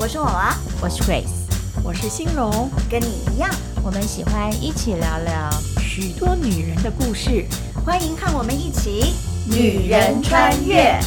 我是娃娃， 我是 Grace， 我是欣荣， 跟你一样， 我们喜欢一起聊聊许多女人的故事， 欢迎和我们一起女人穿越。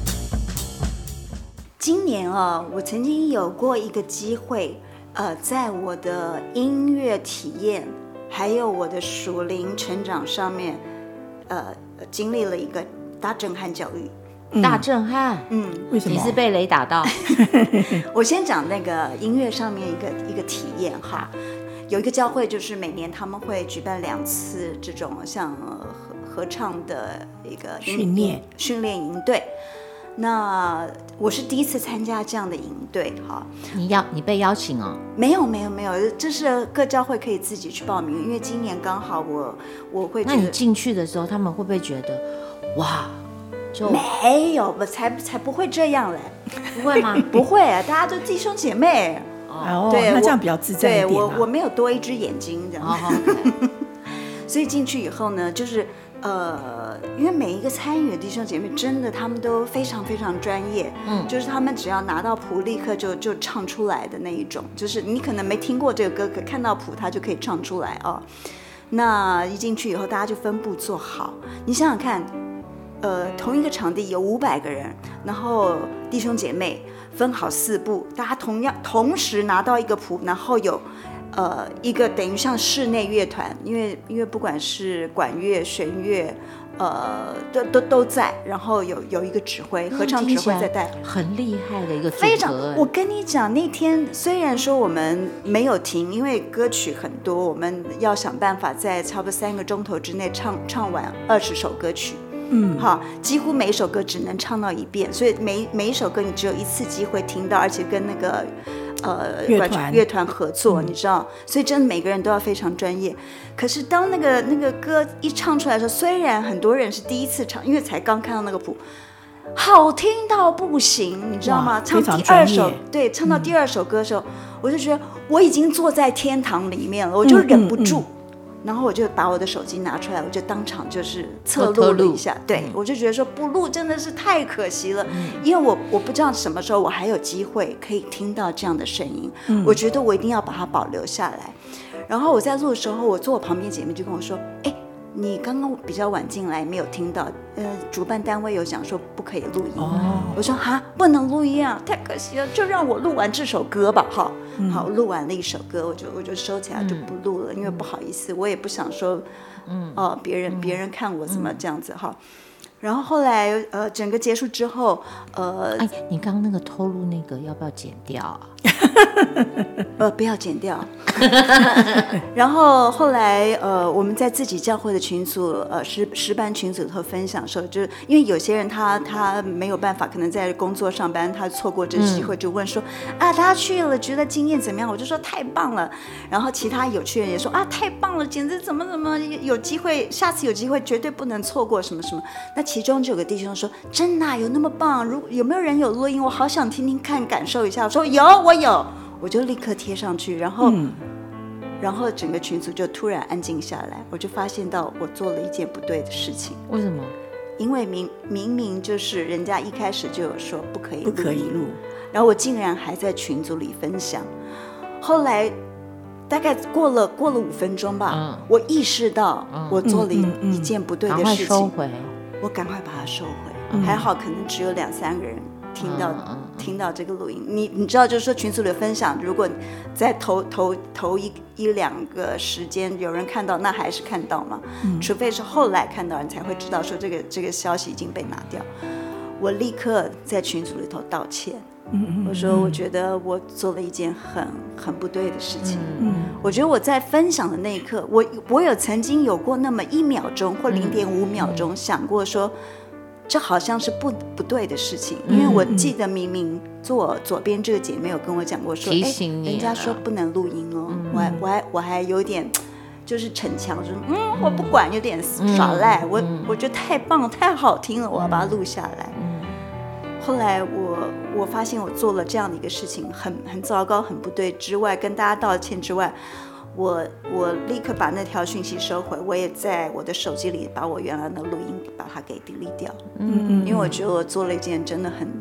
今年我曾经有过一个机会，在我的音乐体验还有我的属灵成长上面，经历了一个大震撼教育。 大震撼， 为什么？ 你是被雷打到？ 我先讲那个音乐上面一个体验哈。有一个教会，就是每年他们会举办2次这种像合唱的一个训练营队。那我是第一次参加这样的营队哈。 你被邀请哦？ 没有，这是各教会可以自己去报名，因为今年刚好我会觉得。 那你进去的时候，他们会不会觉得哇？ 没有，才不会这样嘞， 不会吗？ 不会，大家都弟兄姐妹。 对，那这样比较自在一点。 对，我没有多一只眼睛这样。所以进去以后呢，就是因为每一个参与的弟兄姐妹，真的他们都非常非常专业，就是他们只要拿到谱，立刻就唱出来的那一种，就是你可能没听过这个歌，可看到谱他就可以唱出来哦。那一进去以后，大家就分步坐好，你想想看。同一个场地有500个人，然后弟兄姐妹分好4步，大家同时拿到一个谱，然后有一个等于像室内乐团，因为不管是管乐、弦乐，都在，然后有一个指挥，合唱指挥在带， 很厉害的一个组合。 非常，我跟你讲，那天虽然说我们没有停，因为歌曲很多，我们要想办法在差不多3个钟头之内唱完20首歌曲。几乎每一首歌只能唱到1遍，所以每一首歌你只有1次机会听到，而且跟那个乐团合作，你知道，所以真的每个人都要非常专业。可是当那个歌一唱出来的时候，虽然很多人是第一次唱，因为才刚看到那个谱，好听到不行，你知道吗？唱第2首，对，唱到第2首歌的时候，我就觉得我已经坐在天堂里面了，我就忍不住。然后我就把我的手机拿出来，我就当场就是侧录了一下，对，我就觉得说不录真的是太可惜了，因为我不知道什么时候我还有机会可以听到这样的声音，我觉得我一定要把它保留下来。然后我在录的时候，我坐我旁边姐妹就跟我说，你刚刚比较晚进来，没有听到，主办单位有讲说不可以录音。我说不能录音啊，太可惜了，就让我录完这首歌吧，好，录完了一首歌，我就收起来就不录了，因为不好意思，我也不想说，别人看我怎么这样子哈。然后后来整个结束之后， 你刚刚那个偷录那个要不要剪掉啊？ 不要剪掉。然后后来我们在自己教会的群组诗班群组头分享的时候，就是因为有些人他没有办法，可能在工作上班，他错过这机会，就问说他去了觉得经验怎么样？我就说太棒了。然后其他有趣人也说太棒了，简直怎么有机会，下次有机会绝对不能错过什么什么。那其中就有个弟兄说真的有那么棒？有没有人有录音？我好想听听看，感受一下。我说我有，我就立刻贴上去，然后整个群组就突然安静下来，我就发现到我做了一件不对的事情。 为什么？ 因为明明就是人家一开始就有说不可以录， 然后我竟然还在群组里分享。后来大概过了5分钟吧，我意识到我做了一件不对的事情， 赶快收回。 我赶快把它收回，还好可能只有2-3个人听到这个录音。你知道，就是说群组里分享，如果在头1-2个时间有人看到，那还是看到嘛，除非是后来看到人才会知道说这个消息已经被拿掉。我立刻在群组里头道歉，我说我觉得我做了一件很不对的事情。我觉得我在分享的那一刻，我有曾经有过那么1秒钟或0.5秒钟想过说，这好像是不对的事情，因为我记得明明左边这个姐妹有跟我讲过说， 提醒你， 人家说不能录音哦，我还有点就是逞强，说我不管，有点耍赖，我觉得太棒了，太好听了，我要把它录下来。后来我发现我做了这样的一个事情，很糟糕，很不对之外，跟大家道歉之外，我立刻把那条讯息收回，我也在我的手机里把我原来的录音把它给 delete 掉。因为我觉得我做了一件真的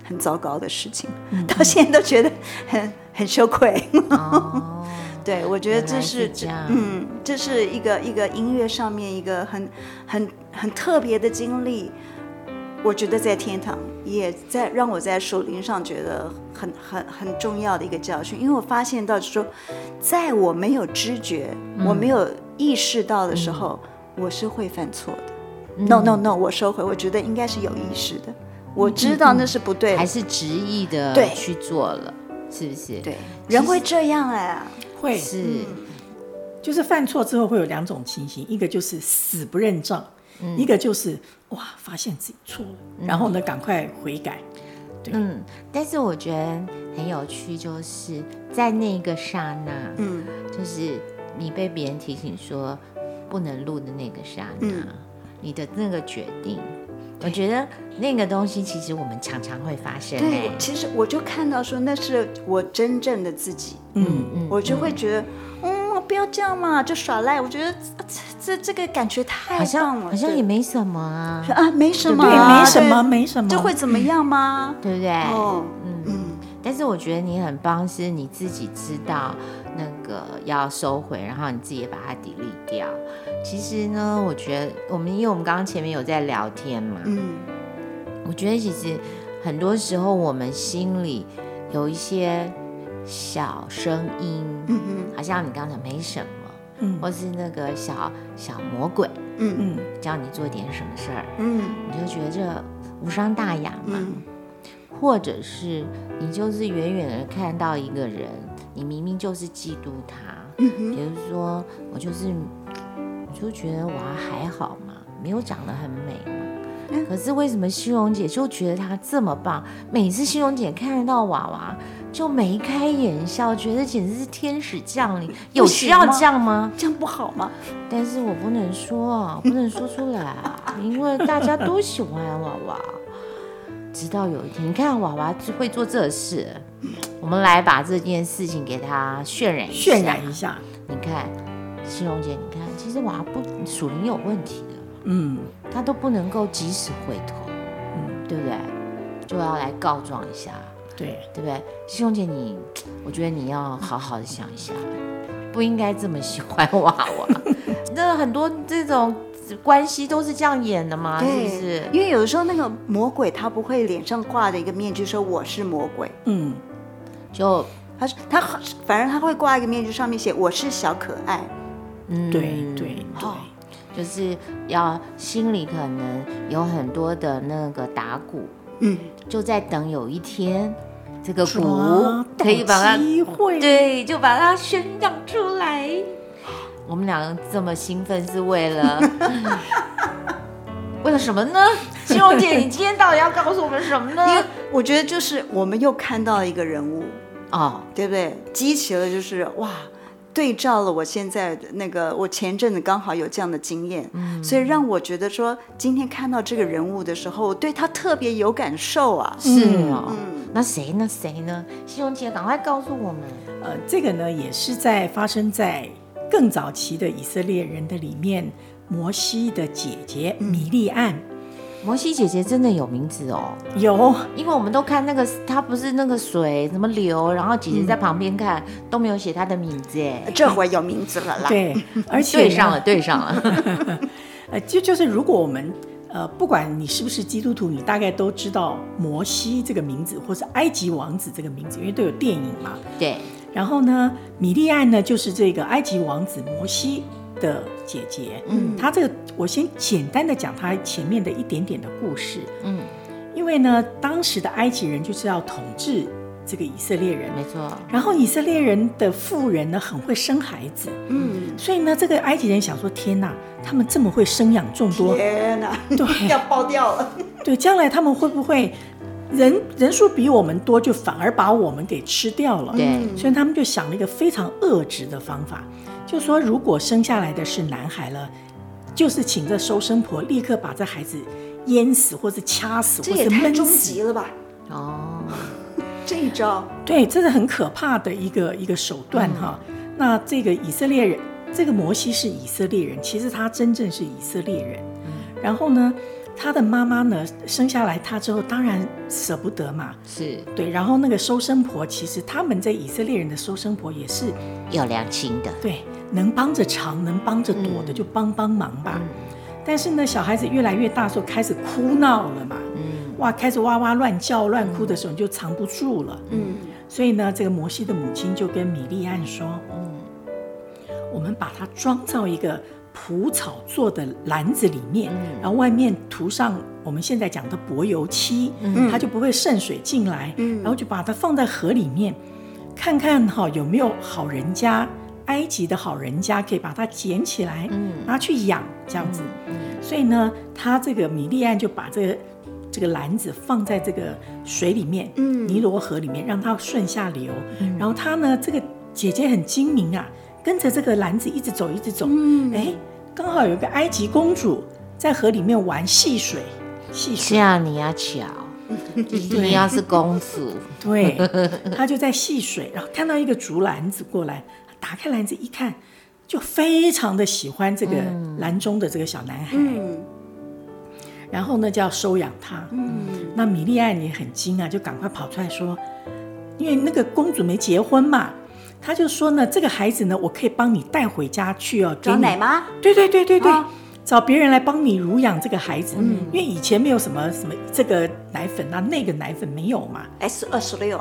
很糟糕的事情，到现在都觉得很羞愧。对，我觉得这是这是一个音乐上面一个很特别的经历。我觉得在天堂也在让我在属灵上觉得很重要的一个教训，因为我发现到说，在我没有知觉、我没有意识到的时候，我是会犯错的。No， 我收回，我觉得应该是有意识的，我知道那是不对的， 还是执意的去做了，是不是？ 对，人会这样会是， 就是犯错之后会有2种情形，一个就是死不认账。一个就是发现自己错了，然后呢赶快悔改。对， 但是我觉得很有趣，就是在那个刹那，就是你被别人提醒说不能录的那个刹那，你的那个决定，我觉得那个东西其实我们常常会发生。 对，其实我就看到说那是我真正的自己，我就会觉得不要这样嘛，就耍赖。我觉得这个感觉太棒了， 好像也没什么啊， 没什么， 对，没什么， 这会怎么样吗？ 对不对？但是我觉得你很棒，是你自己知道那个要收回，然后你自己也把它delete掉。其实呢，我觉得因为我们刚刚前面有在聊天嘛，我觉得其实很多时候我们心里有一些小声音，好像你刚才没什么，或是那个小魔鬼，叫你做点什么事儿，你就觉得这无伤大雅嘛，或者是你就是远远的看到一个人，你明明就是嫉妒他，比如说我就觉得娃还好嘛，没有长得很美嘛，可是为什么希蓉姐就觉得她这么棒？每次希蓉姐看到娃娃就眉开眼笑，觉得简直是天使降临。有需要这样吗？ 这样不好吗？ 但是我不能说，不能说出来啊，因为大家都喜欢娃娃。直到有一天，你看娃娃会做这事，我们来把这件事情给他渲染一下。你看，希蓉姐，你看，其实娃娃属灵有问题的，他都不能够及时回头，对不对？就要来告状一下。对不对？希蓉姐，我觉得你要好好的想一下，不应该这么喜欢娃娃。那很多这种关系都是这样演的吗？是不是？ 因为有的时候那个魔鬼他不会脸上挂着一个面具说我是魔鬼， 就他反而他会挂一个面具，上面写我是小可爱。 对， 就是要心里可能有很多的那个打鼓，就在等有一天这个鼓可以把它对，就把它宣扬出来。我们两个这么兴奋是为了什么呢？希蓉姐，你今天到底要告诉我们什么呢？ 因为我觉得就是我们又看到了一个人物对不对？激起了就是对照了我现在的那个，我前阵子刚好有这样的经验，所以让我觉得说，今天看到这个人物的时候，我对他特别有感受啊。 是那谁呢？希蓉姐，赶快告诉我们。 这个呢，也是发生在更早期的以色列人的里面，摩西的姐姐米利暗。 摩西姐姐真的有名字哦？ 有， 因为我们都看那个，她不是那个水怎么流，然后姐姐在旁边看，都没有写她的名字哎。 这回有名字了啦。 对，而且对上了。 就是如果我们不管你是不是基督徒，你大概都知道摩西这个名字，或是埃及王子这个名字，因为都有电影嘛。 对。 然后呢，米利暗呢，就是这个埃及王子摩西的姐姐。她这个我先简单的讲她前面的一点点的故事。因为呢，当时的埃及人就是要统治这个以色列人， 没错。 然后以色列人的妇人呢，很会生孩子。所以呢，这个埃及人想说，天哪，他们这么会生养众多， 天哪， 对， 要爆掉了。 对，将来他们会不会人数比我们多，就反而把我们给吃掉了？ 对， 所以他们就想了一个非常恶质的方法，就说如果生下来的是男孩了，就是请这收生婆立刻把这孩子淹死，或是掐死，或是闷死。这也太终极了吧？这一招， 对，这是很可怕的一个手段哈。那这个以色列人，这个摩西是以色列人，其实他真正是以色列人。然后呢， 他的妈妈呢生下来他之后，当然舍不得嘛， 是对。然后那个收生婆，其实他们在以色列人的收生婆也是有良心的， 对，能帮着藏，能帮着躲的就帮忙吧。但是呢，小孩子越来越大的时候开始哭闹了嘛，哇，开始哇哇乱叫乱哭的时候，你就藏不住了，所以呢，这个摩西的母亲就跟米利暗说，我们把它装到一个蒲草做的篮子里面，然后外面涂上我们现在讲的薄油漆，它就不会渗水进来，然后就把它放在河里面，看看有没有好人家，埃及的好人家可以把它捡起来，拿去养这样子。所以呢，他这个米利暗就把这个篮子放在这个水里面，尼罗河里面，让它顺下流。然后他呢，这个姐姐很精明啊，跟着这个篮子一直走，刚好有一个埃及公主在河里面玩戏水。 这样你要巧，一定要是公主。 对，她就在戏水，然后看到一个竹篮子过来，打开篮子一看，就非常的喜欢这个篮中的这个小男孩。然后呢，就要收养他。那米利暗也很惊啊，就赶快跑出来说，因为那个公主没结婚嘛，他就说呢，这个孩子呢，我可以帮你带回家去哦， 找奶妈。 对，找别人来帮你乳养这个孩子，因为以前没有什么这个奶粉啊，那个奶粉没有嘛。 S26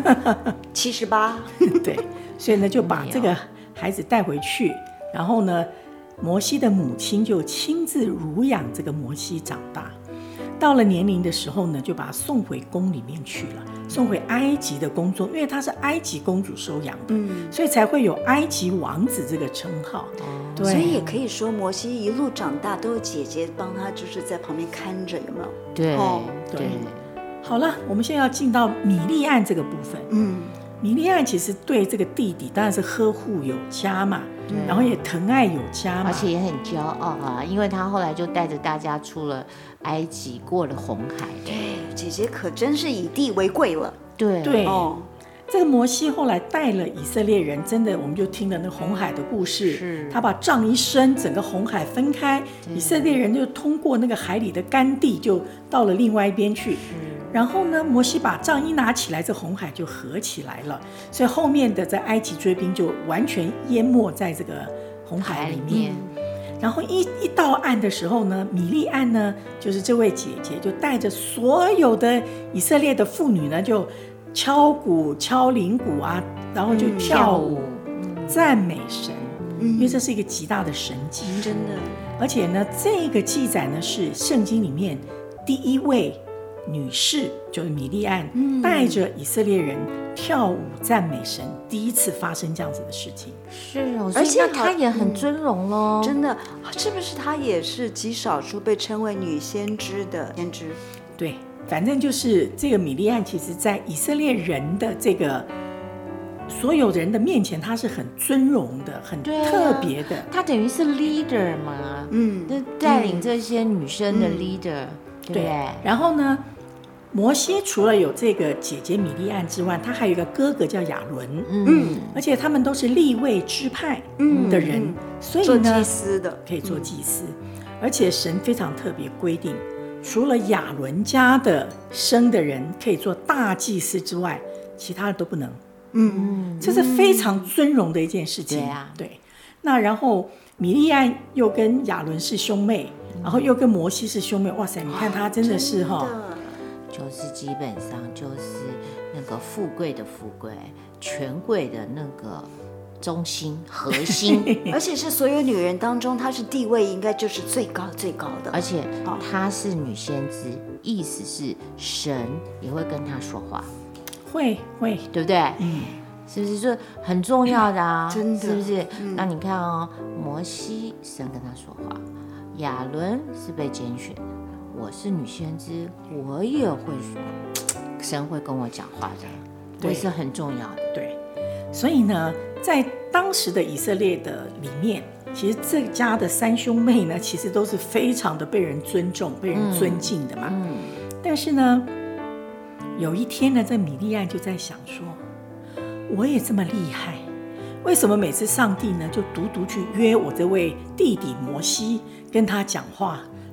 78 对，所以呢，就把这个孩子带回去，然后呢，摩西的母亲就亲自乳养这个摩西长大。到了年龄的时候呢，就把他送回宫里面去了，送回埃及的宫中，因为他是埃及公主收养的，所以才会有埃及王子这个称号。对， 所以也可以说摩西一路长大都有姐姐帮他，就是在旁边看着，有没有？ 对。好了，我们现在要进到米利暗这个部分。米利暗其实对这个弟弟当然是呵护有加嘛，然后也疼爱有加嘛， 而且也很骄傲啊，因为他后来就带着大家出了埃及，过了红海。 对，姐姐可真是以弟为贵了。 对， 这个摩西后来带了以色列人，真的我们就听了那个红海的故事，他把杖一伸，整个红海分开，以色列人就通过那个海里的干地，就到了另外一边去。然后呢，摩西把杖一拿起来，这红海就合起来了，所以后面的在埃及追兵就完全淹没在这个红海里面。然后一到岸的时候呢，米利暗呢，就是这位姐姐，就带着所有的以色列的妇女呢，就敲鼓、敲铃鼓啊，然后就跳舞、赞美神，因为这是一个极大的神迹， 真的。 而且呢，这个记载呢是圣经里面第一位女士，就是米利暗，带着以色列人跳舞赞美神，第一次发生这样子的事情。 是哦，而且她也很尊荣咯， 真的，是不是她也是极少数被称为女先知的先知？ 对，反正就是这个米利暗，其实在以色列人的这个所有人的面前，她是很尊荣的，很特别的。 她等于是 leader 嘛，带领这些女生的 leader，对不对？ 然后呢，摩西除了有这个姐姐米利暗之外，他还有一个哥哥叫亚伦，而且他们都是利未支派的人，所以呢， 做祭司的可以做祭司，而且神非常特别规定，除了亚伦家的生的人可以做大祭司之外，其他的都不能。这是非常尊荣的一件事情。对。那然后米利暗又跟亚伦是兄妹，然后又跟摩西是兄妹，哇塞！你看他真的是就是基本上就是那个富贵的富贵，权贵的那个中心核心， 而且是所有女人当中，她是地位应该就是最高最高的， 而且她是女先知，意思是神也会跟她说话， 会， 对不对？是不是就很重要的啊？ 真的， 是不是？那你看哦，摩西神跟他说话，亚伦是被拣选的，我是女先知，我也会说，神会跟我讲话的，这是很重要的。 对，所以呢，在当时的以色列的里面，其实这家的三兄妹呢，其实都是非常的被人尊重、被人尊敬的嘛。但是呢，有一天呢，这米利暗就在想说，我也这么厉害，为什么每次上帝呢就独独去约我这位弟弟摩西跟他讲话，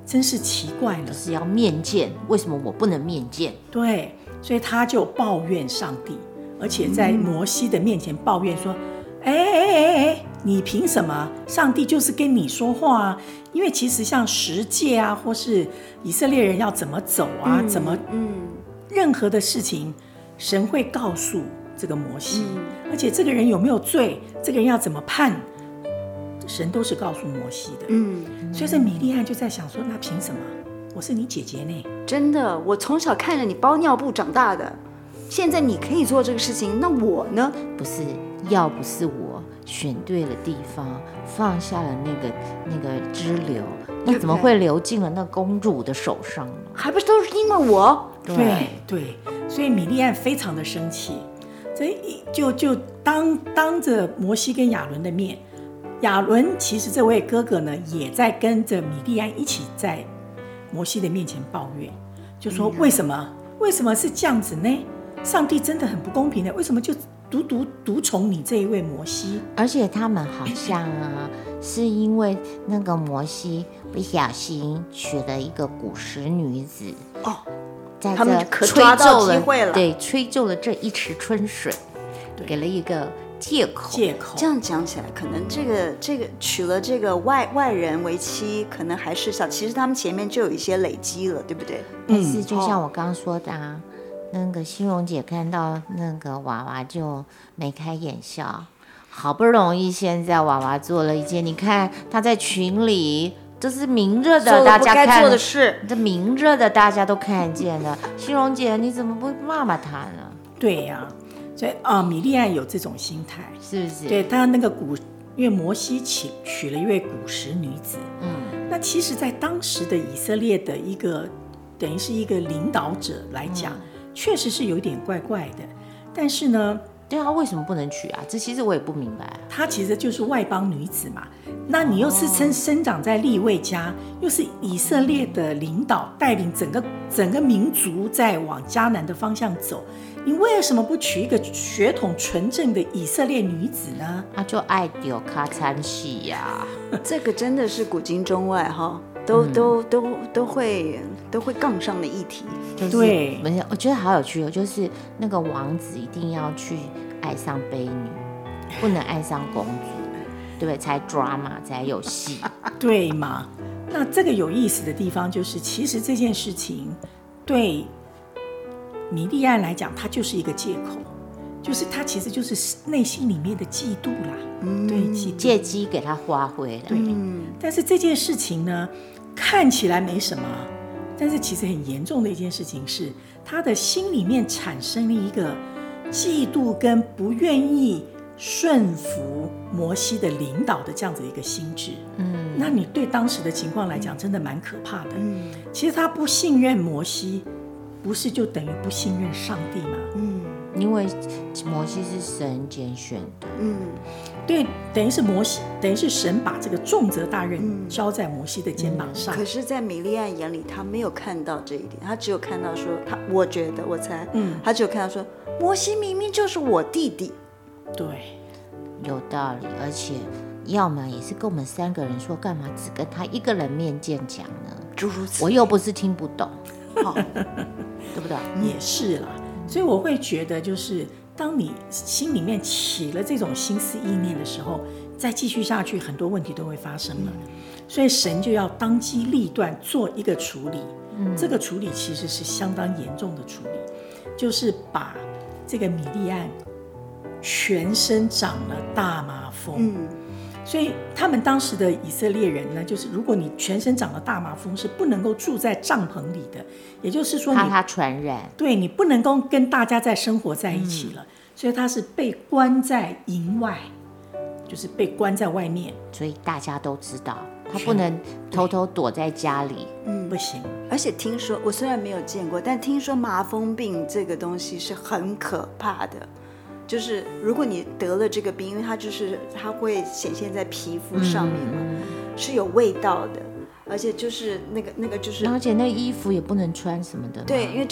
真是奇怪了， 是要面见，为什么我不能面见？ 对，所以他就抱怨上帝，而且在摩西的面前抱怨说：“你凭什么？上帝就是跟你说话啊！因为其实像十诫啊，或是以色列人要怎么走啊，怎么任何的事情，神会告诉这个摩西，而且这个人有没有罪，这个人要怎么判，神都是告诉摩西的。所以这米利暗就在想说，那凭什么？我是你姐姐呢？ 真的，我从小看着你包尿布长大的，现在你可以做这个事情，那我呢？ 不是，要不是我选对了地方，放下了那个支流，那怎么会流进了那公主的手上呢？ 还不是都是因为我？ 对，所以米利暗非常的生气，所以就当着摩西跟亚伦的面，亚伦其实这位哥哥呢，也在跟着米利暗一起在摩西的面前抱怨，就说为什么是这样子呢？上帝真的很不公平的，为什么就独宠你这一位摩西？ 而且他们好像啊，是因为那个摩西不小心娶了一个古时女子哦， 在他们可吹抓到皱机会了， 对，吹皱了这一池春水，给了一个借口。 这样讲起来，可能这个娶了这个外人为妻，可能还是小，其实他们前面就有一些累积了，对不对？ 但是就像我刚刚说的啊。那个欣荣姐看到那个娃娃就眉开眼笑，好不容易现在娃娃做了一件，你看她在群里，这是明着的，大家看做了不该做的事， 这明着的大家都看见了。欣荣姐，你怎么不骂她呢？ 对呀，所以米利暗有这种心态， 是不是？ 对他那个因为摩西娶了一位古时女子，那其实，在当时的以色列的一个等于是一个领导者来讲。确实是有点怪怪的，但是呢， 对啊，为什么不能娶啊？这其实我也不明白。 她其实就是外邦女子嘛，那你又是生长在利未家，又是以色列的领导，带领整个民族在往迦南的方向走，你为什么不娶一个血统纯正的以色列女子呢？ 就爱丢卡参戏呀， 这个真的是古今中外哈。都会杠上的议题， 对， 我觉得好有趣哦，就是那个王子一定要去爱上卑女，不能爱上公主，对不对？才 drama 才有戏， 对嘛？那这个有意思的地方就是，其实这件事情对米利暗来讲，它就是一个借口，就是他其实就是内心里面的嫉妒啦，对， 借机给他发挥了， 对，但是这件事情呢？看起来没什么，但是其实很严重的一件事情是，他的心里面产生了一个嫉妒跟不愿意顺服摩西的领导的这样子一个心智。那你对当时的情况来讲，真的蛮可怕的。其实他不信任摩西，不是就等于不信任上帝吗？ 因为摩西是神拣选的， 对，等于是摩西，等于是神把这个重责大任交在摩西的肩膀上。 可是，在米利暗眼里，他没有看到这一点，他只有看到说，我猜，他只有看到说，摩西明明就是我弟弟。 对， 有道理，而且要么也是跟我们3个人说，干嘛只跟他一个人面见讲呢？ 诸如此类， 我又不是听不懂，对不对？ 也是啦。所以我会觉得，就是当你心里面起了这种心思意念的时候，再继续下去，很多问题都会发生了。所以神就要当机立断做一个处理。这个处理其实是相当严重的处理，就是把这个米利暗全身长了大麻风。所以他们当时的以色列人呢，就是如果你全身长了大麻风，是不能够住在帐篷里的，也就是说怕他传染， 对，你不能够跟大家在生活在一起了。所以他是被关在营外，就是被关在外面， 所以大家都知道他不能偷偷躲在家里， 不行。 而且听说，我虽然没有见过，但听说麻风病这个东西是很可怕的。就是如果你得了这个病，因为它会显现在皮肤上面嘛，是有味道的，而且就是那个就是， 而且那衣服也不能穿什么的。 对，因为就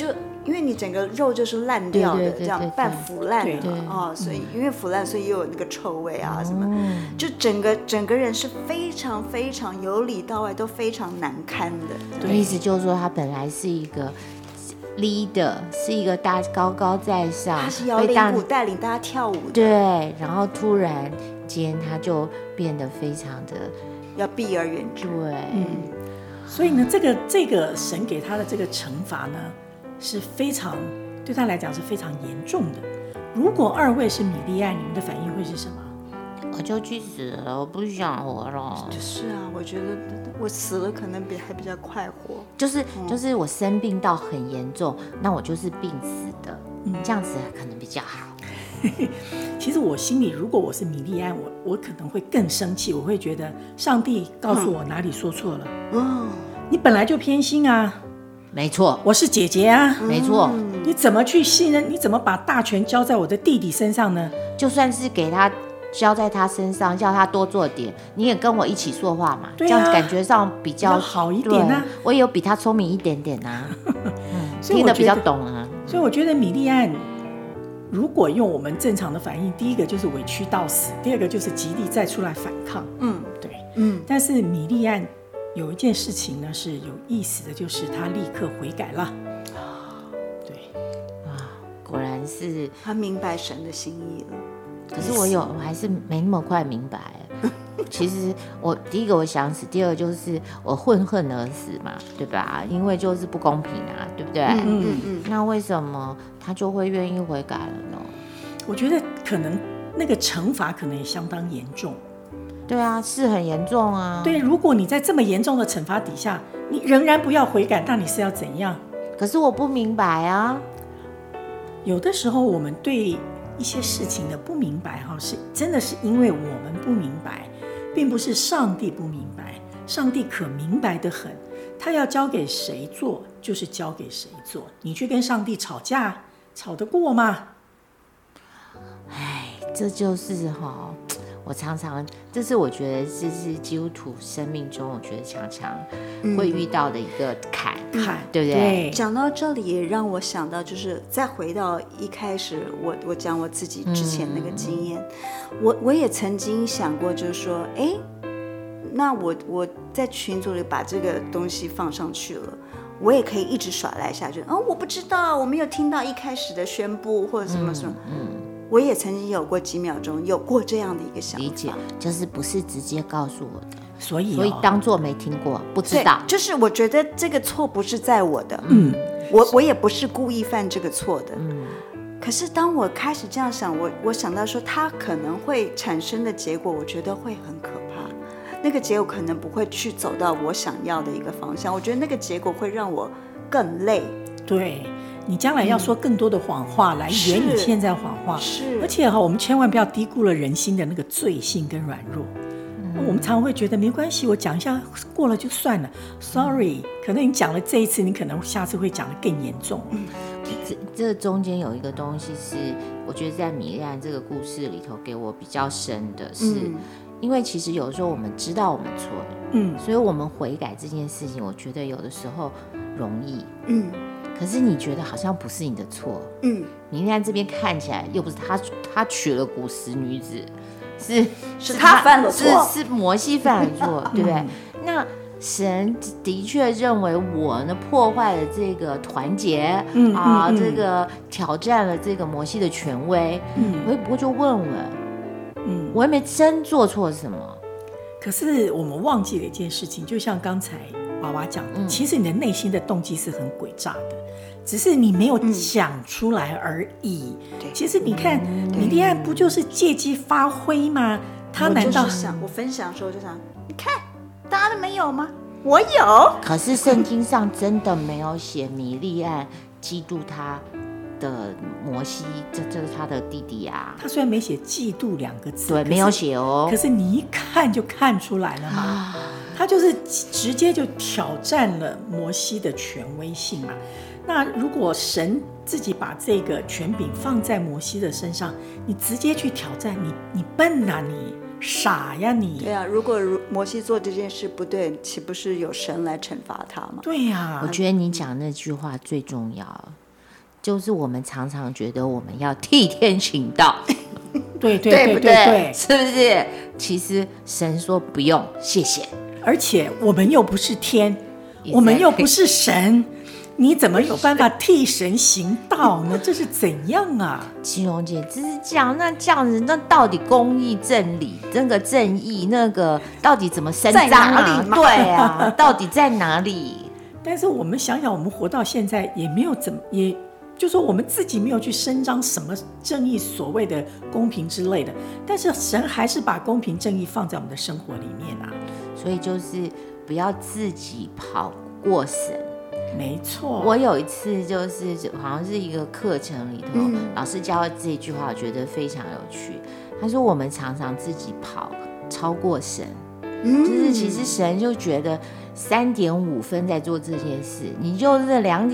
因为你整个肉就是烂掉的， 对对对对这样半腐烂对了哦，所以因为腐烂，所以又有那个臭味啊什么，就整个人是非常非常由里到外都非常难堪的。 对，意思就是说他本来是一个 leader， 是一个高高在上， 他是摇铃鼓带领大家跳舞的， 对，然后突然间他就变得非常的要避而远之。 对， 所以呢，这个神给他的这个惩罚呢，是非常对他来讲是非常严重的。如果二位是米利暗，你们的反应会是什么？ 我就去死了，我不想活了。 就是啊，我觉得我死了可能还比较快活。 就是我生病到很严重，那我就是病死的，这样子可能比较好。 其实我心里，如果我是米利暗，我可能会更生气，我会觉得上帝告诉我哪里说错了。你本来就偏心啊， 没错， 我是姐姐啊， 没错。 你怎么去信任？你怎么把大权交在我的弟弟身上呢？ 就算是给他交在他身上，叫他多做点，你也跟我一起说话嘛， 对啊， 这样感觉上比较好一点啊。 我也有比他聪明一点点啊，听得比较懂啊。 所以我觉得米利暗，如果用我们正常的反应，第一个就是委屈到死，第二个就是极力再出来反抗。对，但是米利暗有一件事情呢是有意思的，就是他立刻悔改了。对， 果然是他明白神的心意了。 可是我还是没那么快明白。其实我第一个我想死，第二个就是我恨而死嘛，对吧？因为就是不公平啊，对不对？那为什么他就会愿意悔改了呢？ 我觉得可能那个惩罚可能也相当严重。 对啊，是很严重啊。 对，如果你在这么严重的惩罚底下，你仍然不要悔改，那你是要怎样？ 可是我不明白啊。 有的时候我们对一些事情的不明白是真的是因为我们不明白，并不是上帝不明白。上帝可明白得很，他要交给谁做就是交给谁做。你去跟上帝吵架，吵得过吗？ 这就是我常常，这是我觉得这是基督徒生命中，我觉得常常会遇到的一个坎，对不对？ 讲到这里也让我想到，就是再回到一开始我讲我自己之前那个经验，我也曾经想过，就是说，那我在群组里把这个东西放上去了，我也可以一直耍赖下去。我不知道，我没有听到一开始的宣布或者什么什么。我也曾经有过几秒钟有过这样的一个想法， 理解，就是不是直接告诉我的， 所以当作没听过，不知道。 就是我觉得这个错不是在我的，我也不是故意犯这个错的，可是当我开始这样想，我想到说它可能会产生的结果，我觉得会很可怕。那个结果可能不会去走到我想要的一个方向，我觉得那个结果会让我更累。 对。你将来要说更多的谎话来圆你现在谎话， 是， 而且我们千万不要低估了人心的那个罪性跟软弱。我们常常会觉得没关系，我讲一下过了就算了 ，sorry。可能你讲了这一次，你可能下次会讲得更严重。 这中间有一个东西是，我觉得在米利暗这个故事里头给我比较深的是，因为其实有时候我们知道我们错了，所以我们悔改这件事情，我觉得有的时候容易，可是你觉得好像不是你的错，米利暗这边看起来又不是他娶了古时女子，是他犯了错， 是摩西犯了错，对不对？那神的确认为我呢破坏了这个团结，这个挑战了这个摩西的权威，我也不过就问问，我也没真做错什么。 可是我们忘记了一件事情，就像刚才娃娃讲的，其实你的内心的动机是很诡诈的，只是你没有讲出来而已。其实你看，米利暗不就是借机发挥吗？他难道我分享的时候就想，你看大家都没有吗？我有。 可是圣经上真的没有写米利暗嫉妒他的摩西，这是他的弟弟啊。 他虽然没写嫉妒2个字， 对，没有写哦， 可是你一看就看出来了嘛。他就是直接就挑战了摩西的权威性嘛。那如果神自己把这个权柄放在摩西的身上，你直接去挑战，你笨啊，你傻呀你。 对啊，如果摩西做这件事不对，岂不是有神来惩罚他吗？ 对呀， 我觉得你讲那句话最重要， 就是我们常常觉得我们要替天行道， 对， 对不对？是不是？其实神说不用，谢谢。 而且我们又不是天，我们又不是神，你怎么有办法替神行道呢？这是怎样啊？ 金荣姐，这是这样，那这样子，那到底公义正理那个正义那个到底怎么伸张啊？对啊，到底在哪里？ 但是我们想想，我们活到现在也没有也就说我们自己没有去伸张什么正义，所谓的公平之类的，但是神还是把公平正义放在我们的生活里面啊。 所以就是不要自己跑过神。 没错， 我有一次就是好像是一个课程里头，老师教这句话，我觉得非常有趣。他说我们常常自己跑超过神，就是其实神就觉得3.5分在做这件事，你就是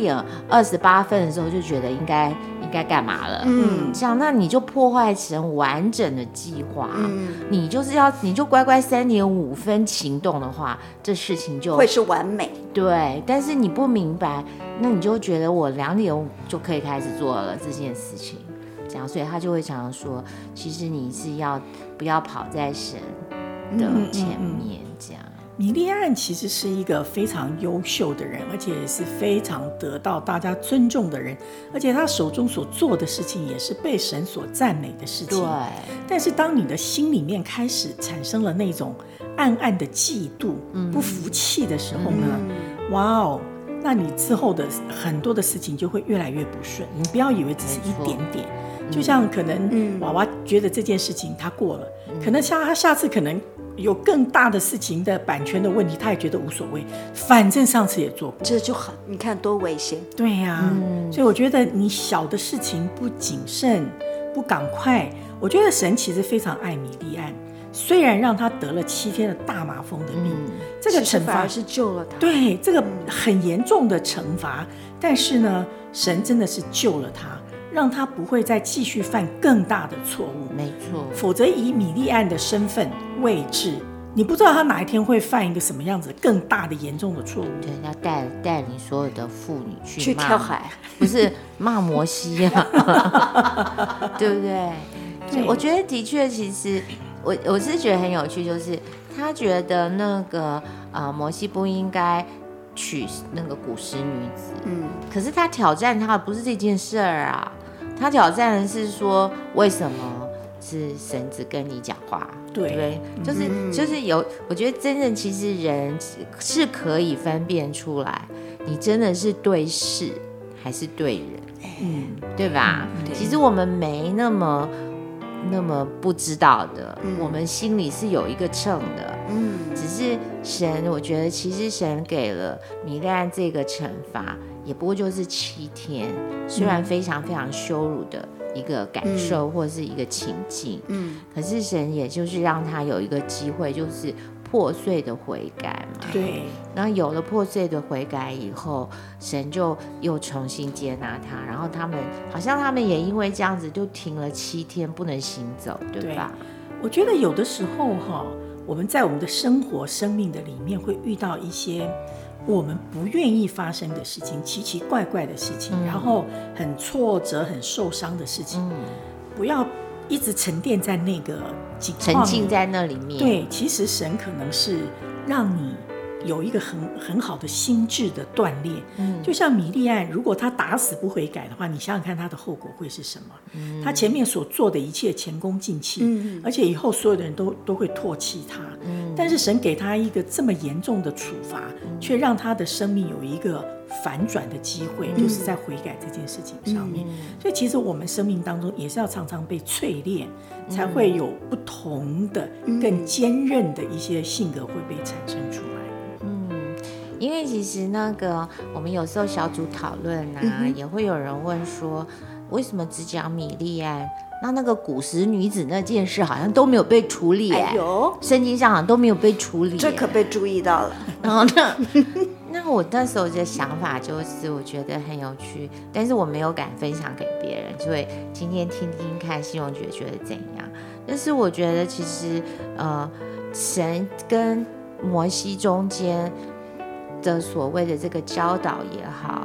2:28的时候就觉得应该干嘛了，这样那你就破坏神完整的计划，你就乖乖3.5分行动的话，这事情就会是完美。 对，但是你不明白，那你就觉得我2.5就可以开始做了这件事情，这样，所以他就会常常说，其实你是不要跑在神的前面，这样。 米利暗其实是一个非常优秀的人，而且也是非常得到大家尊重的人，而且他手中所做的事情也是被神所赞美的事情。 对。 但是当你的心里面开始产生了那种暗暗的嫉妒、不服气的时候呢，哇哦，那你之后的很多的事情就会越来越不顺。你不要以为只是一点点，就像可能娃娃觉得这件事情他过了，可能他下次可能有更大的事情的版权的问题，他也觉得无所谓，反正上次也做过， 这就很，你看多危险。 对呀，所以我觉得你小的事情不谨慎、不赶快，我觉得神其实非常爱米利暗，虽然让他得了7天的大麻风的病，这个惩罚是救了他， 对，这个很严重的惩罚，但是呢，神真的是救了他，让他不会再继续犯更大的错误。 没错， 否则以米利暗的身份位置，你不知道他哪一天会犯一个什么样子更大的严重的错误。 对，要带领所有的妇女去跳海， 不是骂摩西啊，对不对？对，我觉得的确，其实我是觉得很有趣，就是他觉得那个摩西不应该娶那个古时女子，可是他挑战他的不是这件事儿啊，他挑战的是说为什么是神只跟你讲话，对不对？就是有，我觉得真正其实人是可以分辨出来，你真的是对事还是对人，对吧？其实我们没那么不知道的，我们心里是有一个秤的，只是神，我觉得其实神给了米利暗这个惩罚，也不过就是7天，虽然非常非常羞辱的一个感受或是一个情境，可是神也就是让他有一个机会，就是破碎的悔改嘛。 对， 然后有了破碎的悔改以后，神就又重新接纳他，然后他们也因为这样子就停了7天不能行走，对吧？ 我觉得有的时候我们在我们的生活生命的里面会遇到一些我们不愿意发生的事情，奇奇怪怪的事情，然后很挫折很受伤的事情，不要一直沉淀在那个境况里， 沉浸在那里面。 对，其实神可能是让你有一个很好的心智的锻炼。就像米利暗，如果他打死不悔改的话，你想想看他的后果会是什么？他前面所做的一切前功尽弃，而且以后所有的人都会唾弃他。但是神给他一个这么严重的处罚，却让他的生命有一个反转的机会，就是在悔改这件事情上面。所以其实我们生命当中也是要常常被淬炼，才会有不同的更坚韧的一些性格会被产生出来。 因为其实那个我们有时候小组讨论啊，也会有人问说，为什么只讲米利暗？那个古时女子那件事好像都没有被处理，圣经上好像都没有被处理， 这可被注意到了。 然后那我那时候的想法就是，我觉得很有趣，但是我没有敢分享给别人，所以今天听听看信荣觉得怎样。但是我觉得其实神跟摩西中间的所谓的这个教导也好，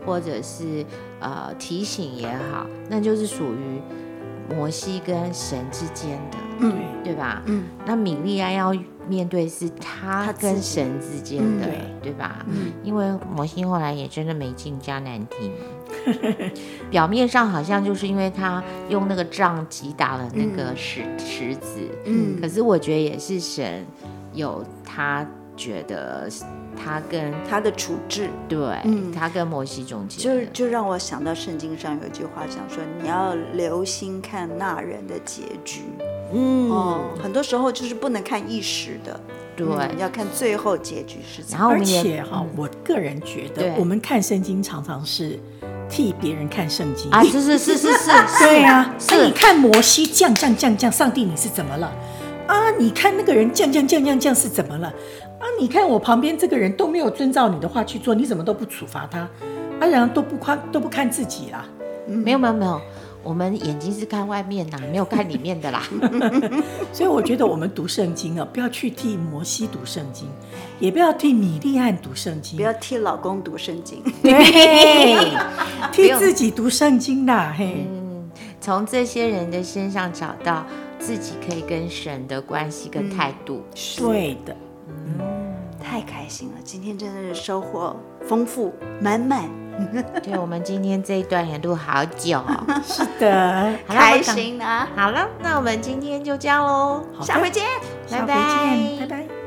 或者是提醒也好，那就是属于摩西跟神之间的，对吧？那米利暗要面对是他跟神之间的，对吧？因为摩西后来也真的没进迦南地，表面上好像就是因为他用那个杖击打了那个石子，可是我觉得也是神有他觉得他跟他的处置， 对，他跟摩西中间就让我想到圣经上有一句话讲说，你要留心看那人的结局。很多时候就是不能看一时的， 对， 要看最后结局是怎么样。 然后而且我个人觉得，我们看圣经常常是替别人看圣经啊，是， 对啊，那你看摩西降，上帝你是怎么了？啊，你看那个人降是怎么了？啊，你看我旁边这个人都没有遵照你的话去做，你怎么都不处罚他？啊，然后都不看自己啦。 没有，我们眼睛是看外面啦，没有看里面的啦。 所以我觉得我们读圣经不要去替摩西读圣经，也不要替米利暗读圣经， 不要替老公读圣经， 对，替自己读圣经啦。 从这些人的身上找到自己可以跟神的关系跟态度。 对的。 太开心了，今天真的是收获丰富满满。 对，我们今天这一段也录好久是的， 开心啊！ 好了，那我们今天就这样喽， 下回见， 拜拜。